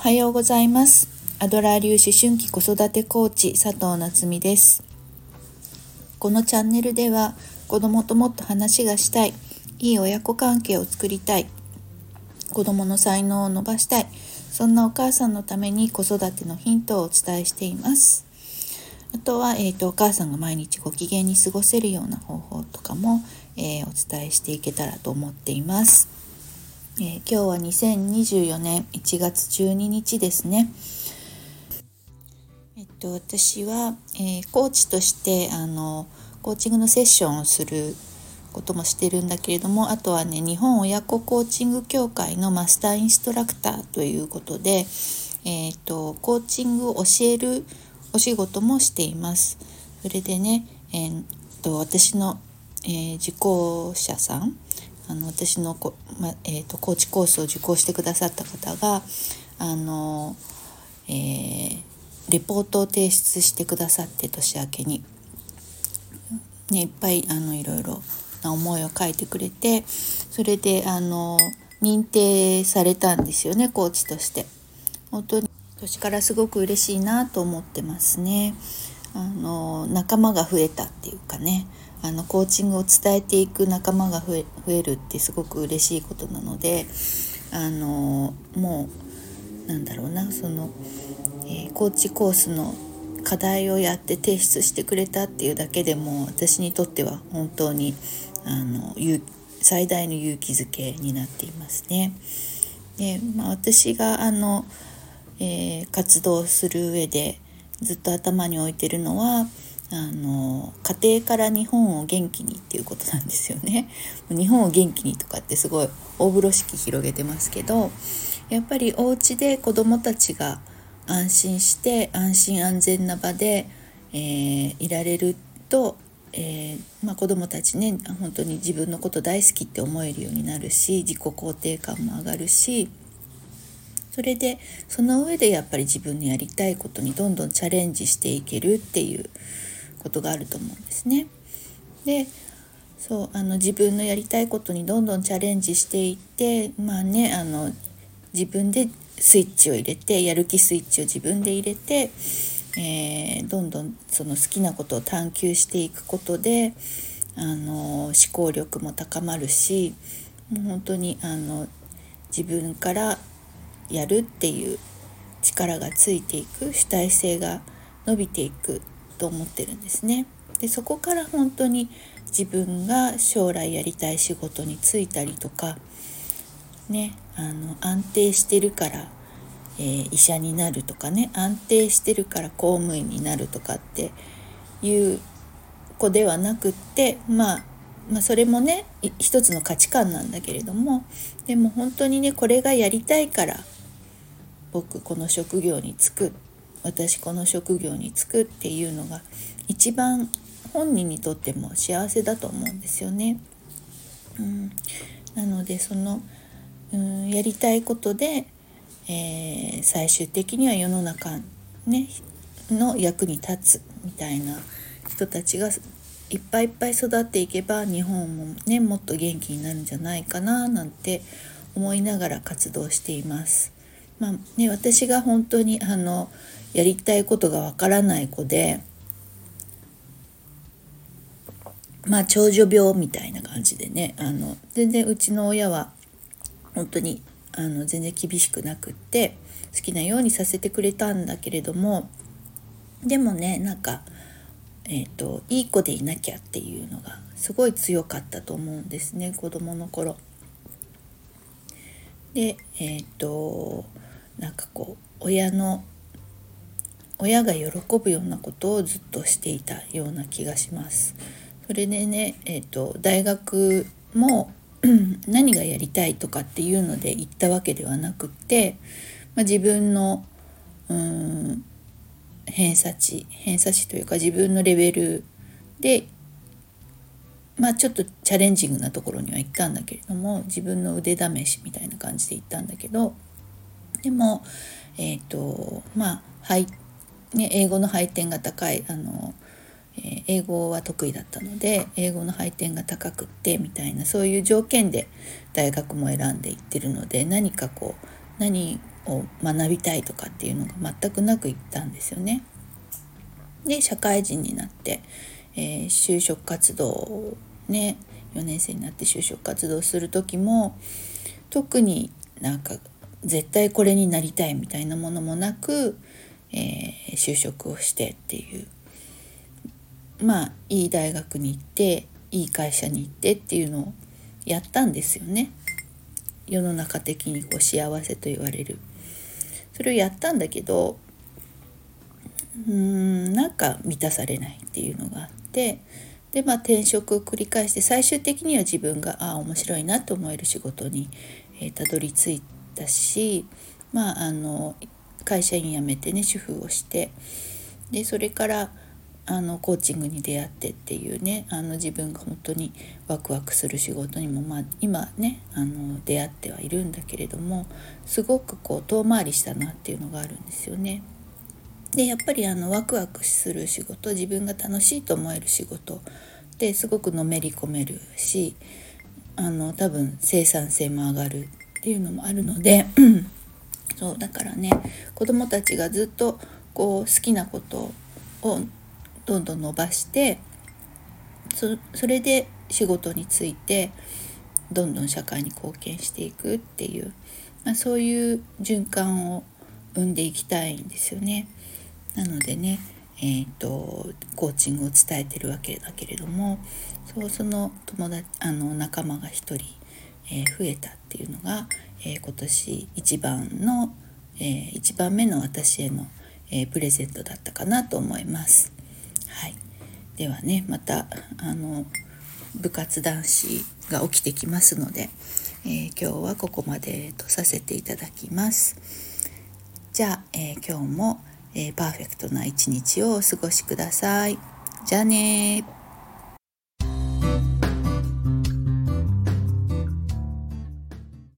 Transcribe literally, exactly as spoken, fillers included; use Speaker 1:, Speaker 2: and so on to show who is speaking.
Speaker 1: はようございます。アドラー流思春期子育てコーチ佐藤夏実です。このチャンネルでは子供ともっと話がしたい、いい親子関係を作りたい、子供の才能を伸ばしたい、そんなお母さんのために子育てのヒントをお伝えしています。あとは、えーと、お母さんが毎日ご機嫌に過ごせるような方法とかも、えー、お伝えしていけたらと思っています。えー、今日はにせんにじゅうよねんいちがつじゅうににちですね。えっと、私は、えー、コーチとしてあのコーチングのセッションをすることもしてるんだけれども、あとはね、日本親子コーチング協会のマスターインストラクターということで、えーと、コーチングを教えるお仕事もしています。それでね、えー、と私の、えー、受講者さん、あの私のこ、まえー、とコーチコースを受講してくださった方があの、えー、レポートを提出してくださって、年明けに、ね、いっぱいあのいろいろな思いを書いてくれて、それであの認定されたんですよね、コーチとして。本当に年からすごく嬉しいなと思ってますね。あの仲間が増えたっていうかね、あのコーチングを伝えていく仲間が増え、増えるってすごく嬉しいことなので、あのもうなんだろうな、その、えー、コーチコースの課題をやって提出してくれたっていうだけでも、私にとっては本当にあの最大の勇気づけになっていますね。で、まあ、私があのえー、活動する上でずっと頭に置いてるのは、あの家庭から日本を元気にっていうことなんですよね。日本を元気にとかってすごい大風呂敷広げてますけど、やっぱりお家で子どもたちが安心して安心安全な場で、えー、いられると、えーまあ、子どもたちね、本当に自分のこと大好きって思えるようになるし、自己肯定感も上がるし、それでその上でやっぱり自分のやりたいことにどんどんチャレンジしていけるっていうことがあると思うんですね。で、そうあの自分のやりたいことにどんどんチャレンジしていって、まあね、あの自分でスイッチを入れて、やる気スイッチを自分で入れて、えー、どんどんその好きなことを探求していくことで、あの思考力も高まるし、もう本当にあの自分からやるっていう力がついていく、主体性が伸びていくと思ってるんですね。で、そこから本当に自分が将来やりたい仕事に就いたりとかね、あの安定してるから、えー、医者になるとかね、安定してるから公務員になるとかっていう子ではなくって、まあまあ、それもね一つの価値観なんだけれども、でも本当にね、これがやりたいから僕この職業に就く、私この職業に就くっていうのが一番本人にとっても幸せだと思うんですよね。うん、なのでその、うん、やりたいことで、えー、最終的には世の中、ね、の役に立つみたいな人たちがいっぱいいっぱい育っていけば、日本もねもっと元気になるんじゃないかななんて思いながら活動しています。まあね、私が本当にあのやりたいことがわからない子で、まあ長女病みたいな感じでね、あの全然うちの親は本当にあの全然厳しくなくって、好きなようにさせてくれたんだけれども、でもね、なんか、えーと、いい子でいなきゃっていうのがすごい強かったと思うんですね、子供の頃で。えっとなんかこう親の親が喜ぶようなことをずっとしていたような気がします。それでね、えーと、大学も何がやりたいとかっていうので行ったわけではなくって、まあ、自分のうーん偏差値偏差値というか自分のレベルで、まあちょっとチャレンジングなところには行ったんだけれども、自分の腕試しみたいな感じで行ったんだけど、でもえっとまあはいね、英語の配点が高い、あの、えー、英語は得意だったので英語の配点が高くってみたいな、そういう条件で大学も選んでいってるので、何かこう何を学びたいとかっていうのが全くなく行ったんですよね。で社会人になって、えー、就職活動をねよねん生になって就職活動する時も特になんか絶対これになりたいみたいなものもなく、えー、就職をしてっていうまあいい大学に行っていい会社に行ってっていうのをやったんですよね。世の中的にこう幸せと言われるそれをやったんだけどうーんなんか満たされないっていうのがあってで、まあ、転職を繰り返して最終的には自分があ面白いなと思える仕事に、えー、たどり着いたし、まあ、あの会社員辞めてね主婦をしてでそれからあのコーチングに出会ってっていうねあの自分が本当にワクワクする仕事にも、まあ、今ねあの出会ってはいるんだけれどもすごくこう遠回りしたなっていうのがあるんですよね。でやっぱりあのワクワクする仕事自分が楽しいと思える仕事ですごくのめり込めるしあの多分生産性も上がるっていうのもあるのでそうだからね子どもたちがずっとこう好きなことをどんどん伸ばしてそ, それで仕事についてどんどん社会に貢献していくっていう、まあ、そういう循環を生んでいきたいんですよね。なのでね、えーと、コーチングを伝えてるわけだけれどもそうその友達あの仲間が一人、えー、増えたっていうのが、えー、今年一番の、えー、一番目の私への、えー、プレゼントだったかなと思います。はい、ではねまたあの部活男子が起きてきますので、えー、今日はここまでとさせていただきます。じゃあ、えー、今日も、えー、パーフェクトな一日をお過ごしください。じゃあね。